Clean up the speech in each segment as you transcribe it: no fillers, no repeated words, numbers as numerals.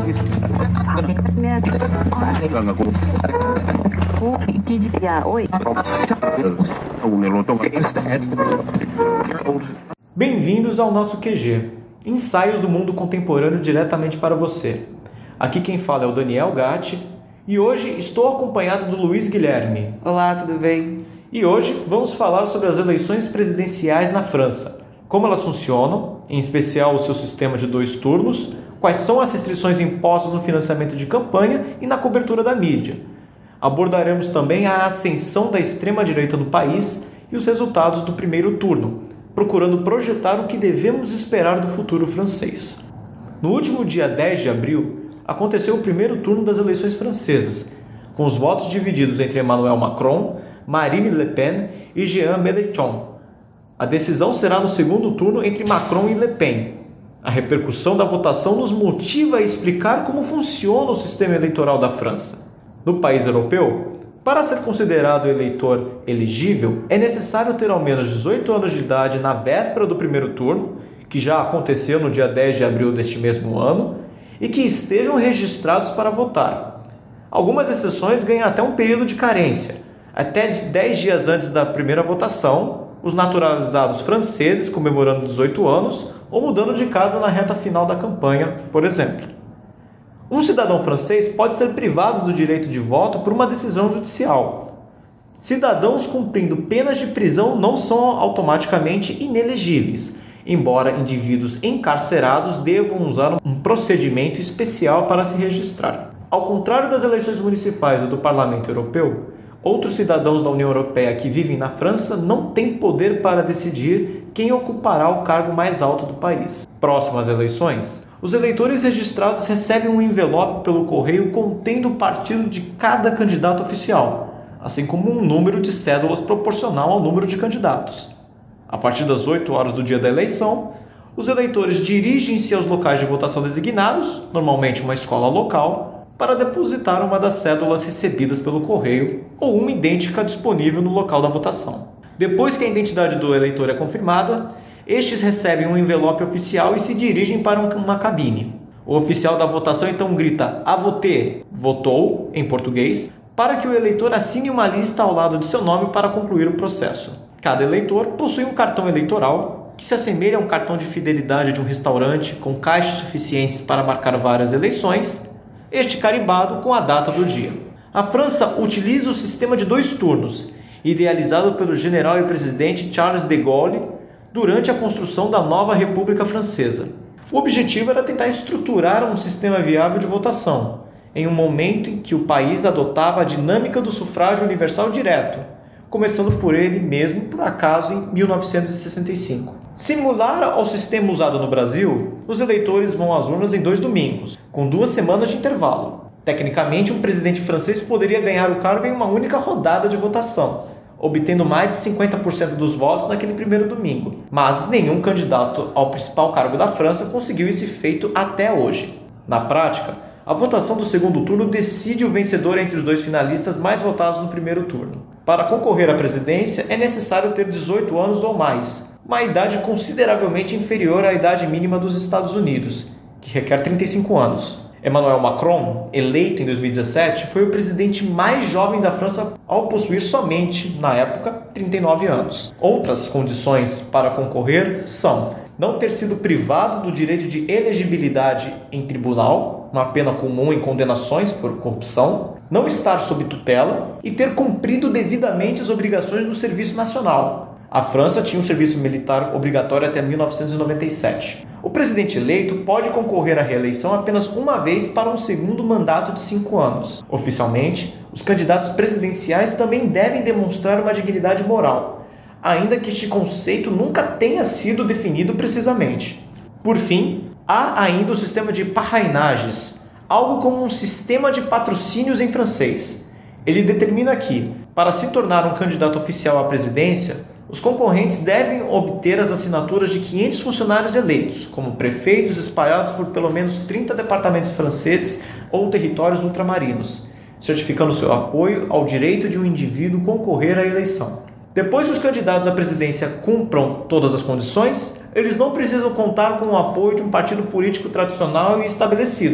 Bem-vindos ao nosso QG, ensaios do mundo contemporâneo diretamente para você. Aqui quem fala é o Daniel Gatti e hoje estou acompanhado do Luiz Guilherme. Olá, tudo bem? E hoje vamos falar sobre as eleições presidenciais na França, como elas funcionam, em especial o seu sistema de 2 turnos, quais são as restrições impostas no financiamento de campanha e na cobertura da mídia. Abordaremos também a ascensão da extrema-direita no país e os resultados do primeiro turno, procurando projetar o que devemos esperar do futuro francês. No último dia 10 de abril, aconteceu o primeiro turno das eleições francesas, com os votos divididos entre Emmanuel Macron, Marine Le Pen e Jean Mélenchon. A decisão será no segundo turno entre Macron e Le Pen. A repercussão da votação nos motiva a explicar como funciona o sistema eleitoral da França. No país europeu, para ser considerado eleitor elegível, é necessário ter ao menos 18 anos de idade na véspera do primeiro turno, que já aconteceu no dia 10 de abril deste mesmo ano, e que estejam registrados para votar. Algumas exceções ganham até um período de carência. Até 10 dias antes da primeira votação, os naturalizados franceses comemorando 18 anos ou mudando de casa na reta final da campanha, por exemplo. Um cidadão francês pode ser privado do direito de voto por uma decisão judicial. Cidadãos cumprindo penas de prisão não são automaticamente inelegíveis, embora indivíduos encarcerados devam usar um procedimento especial para se registrar. Ao contrário das eleições municipais ou do Parlamento Europeu, outros cidadãos da União Europeia que vivem na França não têm poder para decidir quem ocupará o cargo mais alto do país. Próximo às eleições, os eleitores registrados recebem um envelope pelo correio contendo o partido de cada candidato oficial, assim como um número de cédulas proporcional ao número de candidatos. A partir das 8 horas do dia da eleição, os eleitores dirigem-se aos locais de votação designados, normalmente uma escola local, para depositar uma das cédulas recebidas pelo correio ou uma idêntica disponível no local da votação. Depois que a identidade do eleitor é confirmada, estes recebem um envelope oficial e se dirigem para uma cabine. O oficial da votação então grita "A voté", votou, em português, para que o eleitor assine uma lista ao lado de seu nome para concluir o processo. Cada eleitor possui um cartão eleitoral que se assemelha a um cartão de fidelidade de um restaurante com caixas suficientes para marcar várias eleições, este carimbado com a data do dia. A França utiliza o sistema de 2 turnos, idealizado pelo general e presidente Charles de Gaulle durante a construção da nova República Francesa. O objetivo era tentar estruturar um sistema viável de votação, em um momento em que o país adotava a dinâmica do sufrágio universal direto, começando por ele mesmo, por acaso, em 1965. Similar ao sistema usado no Brasil, os eleitores vão às urnas em 2 domingos, com 2 semanas de intervalo. Tecnicamente, um presidente francês poderia ganhar o cargo em uma única rodada de votação, obtendo mais de 50% dos votos naquele primeiro domingo. Mas nenhum candidato ao principal cargo da França conseguiu esse feito até hoje. Na prática, a votação do segundo turno decide o vencedor entre os 2 finalistas mais votados no primeiro turno. Para concorrer à presidência, é necessário ter 18 anos ou mais, uma idade consideravelmente inferior à idade mínima dos Estados Unidos, que requer 35 anos. Emmanuel Macron, eleito em 2017, foi o presidente mais jovem da França ao possuir somente, na época, 39 anos. Outras condições para concorrer são não ter sido privado do direito de elegibilidade em tribunal, uma pena comum em condenações por corrupção, não estar sob tutela e ter cumprido devidamente as obrigações do serviço nacional. A França tinha um serviço militar obrigatório até 1997. O presidente eleito pode concorrer à reeleição apenas uma vez para um segundo mandato de 5 anos. Oficialmente, os candidatos presidenciais também devem demonstrar uma dignidade moral, ainda que este conceito nunca tenha sido definido precisamente. Por fim, há ainda o sistema de parrainages, algo como um sistema de patrocínios em francês. Ele determina que, para se tornar um candidato oficial à presidência, os concorrentes devem obter as assinaturas de 500 funcionários eleitos, como prefeitos espalhados por pelo menos 30 departamentos franceses ou territórios ultramarinos, certificando seu apoio ao direito de um indivíduo concorrer à eleição. Depois que os candidatos à presidência cumpram todas as condições, eles não precisam contar com o apoio de um partido político tradicional e estabelecido. O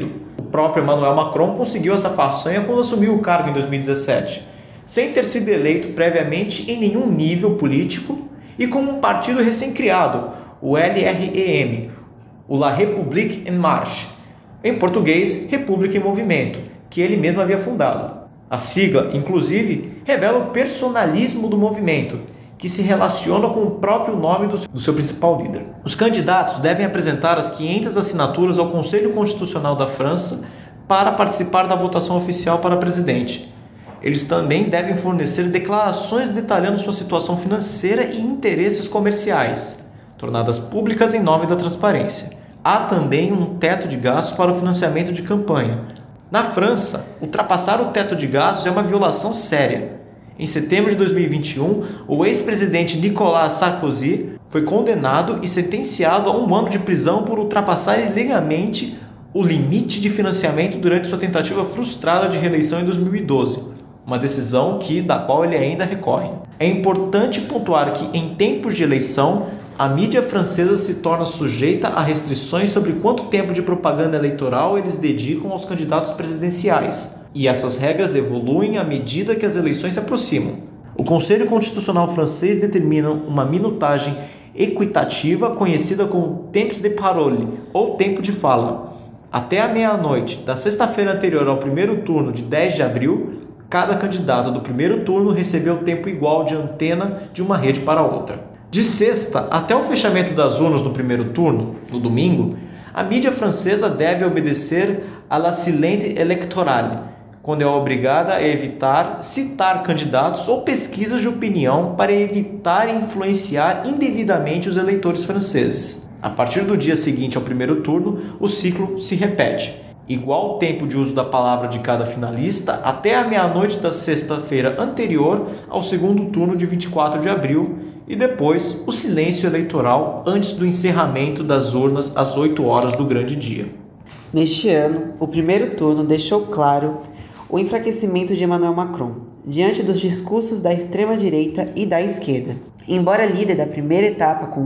próprio Emmanuel Macron conseguiu essa façanha quando assumiu o cargo em 2017, sem ter sido eleito previamente em nenhum nível político e com um partido recém-criado, o LREM, o La République en Marche, em português, República em Movimento, que ele mesmo havia fundado. A sigla, inclusive, revela o personalismo do movimento, que se relaciona com o próprio nome do seu principal líder. Os candidatos devem apresentar as 500 assinaturas ao Conselho Constitucional da França para participar da votação oficial para presidente. Eles também devem fornecer declarações detalhando sua situação financeira e interesses comerciais, tornadas públicas em nome da transparência. Há também um teto de gastos para o financiamento de campanha. Na França, ultrapassar o teto de gastos é uma violação séria. Em setembro de 2021, o ex-presidente Nicolas Sarkozy foi condenado e sentenciado a 1 ano de prisão por ultrapassar ilegalmente o limite de financiamento durante sua tentativa frustrada de reeleição em 2012, uma decisão da qual ele ainda recorre. É importante pontuar que, em tempos de eleição, a mídia francesa se torna sujeita a restrições sobre quanto tempo de propaganda eleitoral eles dedicam aos candidatos presidenciais, e essas regras evoluem à medida que as eleições se aproximam. O Conselho Constitucional francês determina uma minutagem equitativa conhecida como temps de parole, ou tempo de fala. Até a meia-noite da sexta-feira anterior ao primeiro turno de 10 de abril, cada candidato do primeiro turno recebeu tempo igual de antena de uma rede para outra. De sexta até o fechamento das urnas no primeiro turno, no domingo, a mídia francesa deve obedecer à la silence électorale, quando é obrigada a evitar citar candidatos ou pesquisas de opinião para evitar influenciar indevidamente os eleitores franceses. A partir do dia seguinte ao primeiro turno, o ciclo se repete. Igual tempo de uso da palavra de cada finalista até a meia-noite da sexta-feira anterior ao segundo turno de 24 de abril e depois o silêncio eleitoral antes do encerramento das urnas às 8 horas do grande dia. Neste ano, o primeiro turno deixou claro o enfraquecimento de Emmanuel Macron, diante dos discursos da extrema-direita e da esquerda. Embora líder da primeira etapa com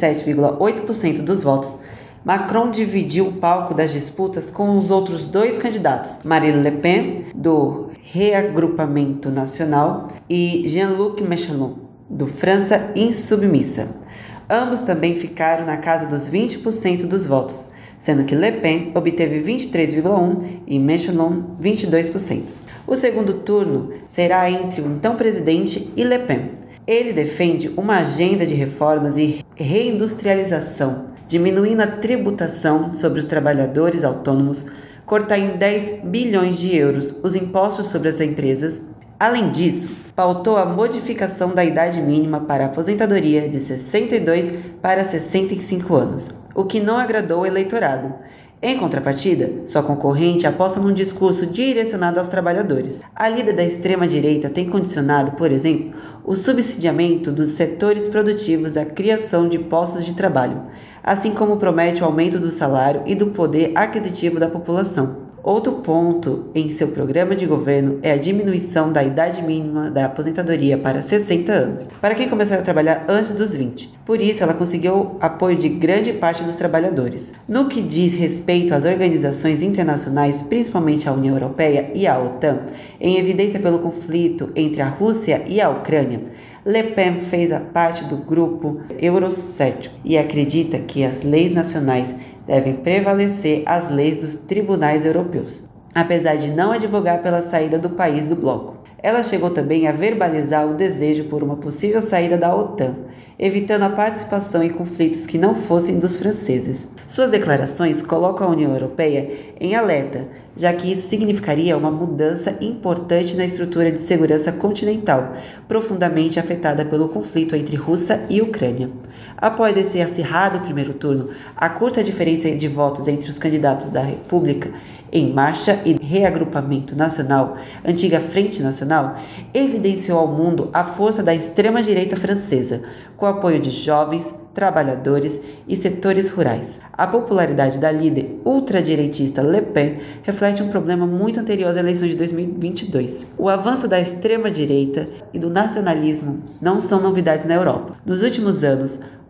27,8% dos votos, Macron dividiu o palco das disputas com os outros dois candidatos, Marine Le Pen, do Reagrupamento Nacional, e Jean-Luc Mélenchon, do França Insubmissa. Ambos também ficaram na casa dos 20% dos votos, sendo que Le Pen obteve 23,1% e Mélenchon 22%. O segundo turno será entre o então presidente e Le Pen. Ele defende uma agenda de reformas e reindustrialização, diminuindo a tributação sobre os trabalhadores autônomos, cortar em 10 bilhões de euros os impostos sobre as empresas. Além disso, pautou a modificação da idade mínima para a aposentadoria de 62 para 65 anos, o que não agradou o eleitorado. Em contrapartida, sua concorrente aposta num discurso direcionado aos trabalhadores. A líder da extrema-direita tem condicionado, por exemplo, o subsidiamento dos setores produtivos à criação de postos de trabalho, assim como promete o aumento do salário e do poder aquisitivo da população. Outro ponto em seu programa de governo é a diminuição da idade mínima da aposentadoria para 60 anos, para quem começou a trabalhar antes dos 20. Por isso, ela conseguiu apoio de grande parte dos trabalhadores. No que diz respeito às organizações internacionais, principalmente a União Europeia e a OTAN, em evidência pelo conflito entre a Rússia e a Ucrânia, Le Pen fez parte do grupo eurocético e acredita que as leis nacionais devem prevalecer às leis dos tribunais europeus, apesar de não advogar pela saída do país do bloco. Ela chegou também a verbalizar o desejo por uma possível saída da OTAN, evitando a participação em conflitos que não fossem dos franceses. Suas declarações colocam a União Europeia em alerta, já que isso significaria uma mudança importante na estrutura de segurança continental, profundamente afetada pelo conflito entre Rússia e Ucrânia. Após esse acirrado primeiro turno, a curta diferença de votos entre os candidatos da República em Marcha e Reagrupamento Nacional, antiga Frente Nacional, evidenciou ao mundo a força da extrema-direita francesa, com o apoio de jovens, trabalhadores e setores rurais. A popularidade da líder ultradireitista Le Pen reflete um problema muito anterior às eleições de 2022. O avanço da extrema-direita e do nacionalismo não são novidades na Europa. Nos últimos anos,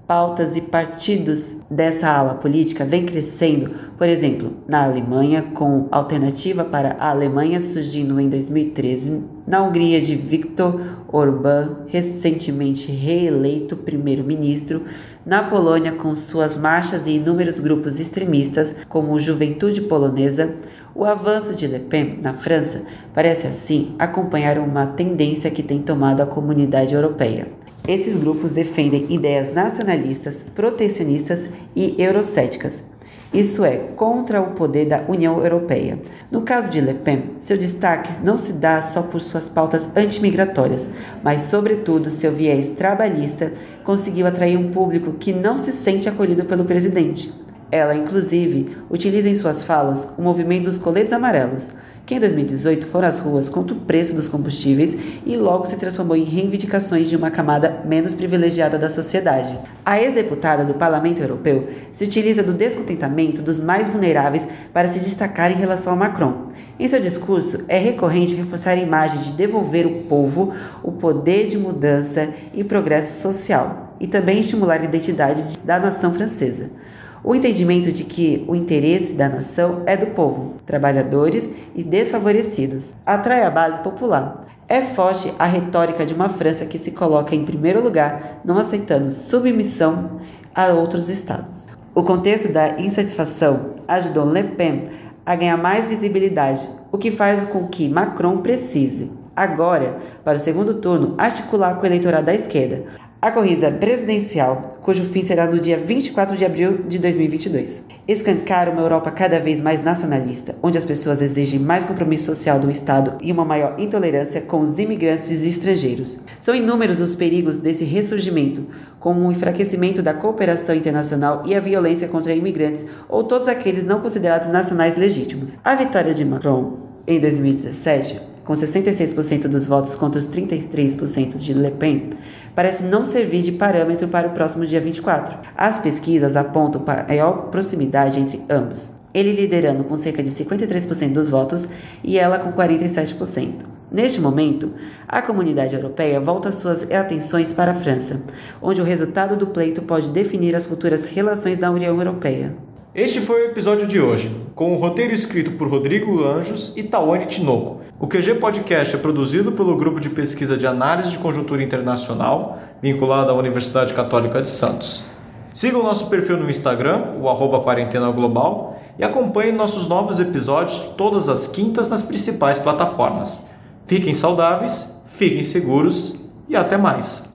pautas e partidos dessa ala política vêm crescendo, por exemplo, na Alemanha, com Alternativa para a Alemanha surgindo em 2013, na Hungria de Viktor Orbán, recentemente reeleito primeiro-ministro, na Polônia com suas marchas e inúmeros grupos extremistas, como Juventude Polonesa. O avanço de Le Pen na França parece assim acompanhar uma tendência que tem tomado a comunidade europeia. Esses grupos defendem ideias nacionalistas, protecionistas e eurocéticas, isso é, contra o poder da União Europeia. No caso de Le Pen, seu destaque não se dá só por suas pautas antimigratórias, mas sobretudo seu viés trabalhista conseguiu atrair um público que não se sente acolhido pelo presidente. Ela, inclusive, utiliza em suas falas o movimento dos coletes amarelos, que em 2018 foram às ruas contra o preço dos combustíveis e logo se transformou em reivindicações de uma camada menos privilegiada da sociedade. A ex-deputada do Parlamento Europeu se utiliza do descontentamento dos mais vulneráveis para se destacar em relação a Macron. Em seu discurso, é recorrente reforçar a imagem de devolver ao povo o poder de mudança e progresso social, e também estimular a identidade da nação francesa. O entendimento de que o interesse da nação é do povo, trabalhadores e desfavorecidos, atrai a base popular. É forte a retórica de uma França que se coloca em primeiro lugar, não aceitando submissão a outros estados. O contexto da insatisfação ajudou Le Pen a ganhar mais visibilidade, o que faz com que Macron precise, agora, para o segundo turno, articular com o eleitorado da esquerda. A corrida presidencial, cujo fim será no dia 24 de abril de 2022, escancara uma Europa cada vez mais nacionalista, onde as pessoas exigem mais compromisso social do Estado e uma maior intolerância com os imigrantes e estrangeiros. São inúmeros os perigos desse ressurgimento, como o enfraquecimento da cooperação internacional e a violência contra imigrantes ou todos aqueles não considerados nacionais legítimos. A vitória de Macron em 2017, com 66% dos votos contra os 33% de Le Pen, parece não servir de parâmetro para o próximo dia 24. As pesquisas apontam para maior proximidade entre ambos, ele liderando com cerca de 53% dos votos e ela com 47%. Neste momento, a comunidade europeia volta suas atenções para a França, onde o resultado do pleito pode definir as futuras relações da União Europeia. Este foi o episódio de hoje, com o roteiro escrito por Rodrigo Anjos e Tawane Tinoco. O QG Podcast é produzido pelo Grupo de Pesquisa de Análise de Conjuntura Internacional, vinculado à Universidade Católica de Santos. Sigam nosso perfil no Instagram, o @quarentenaglobal, e acompanhem nossos novos episódios todas as quintas nas principais plataformas. Fiquem saudáveis, fiquem seguros e até mais!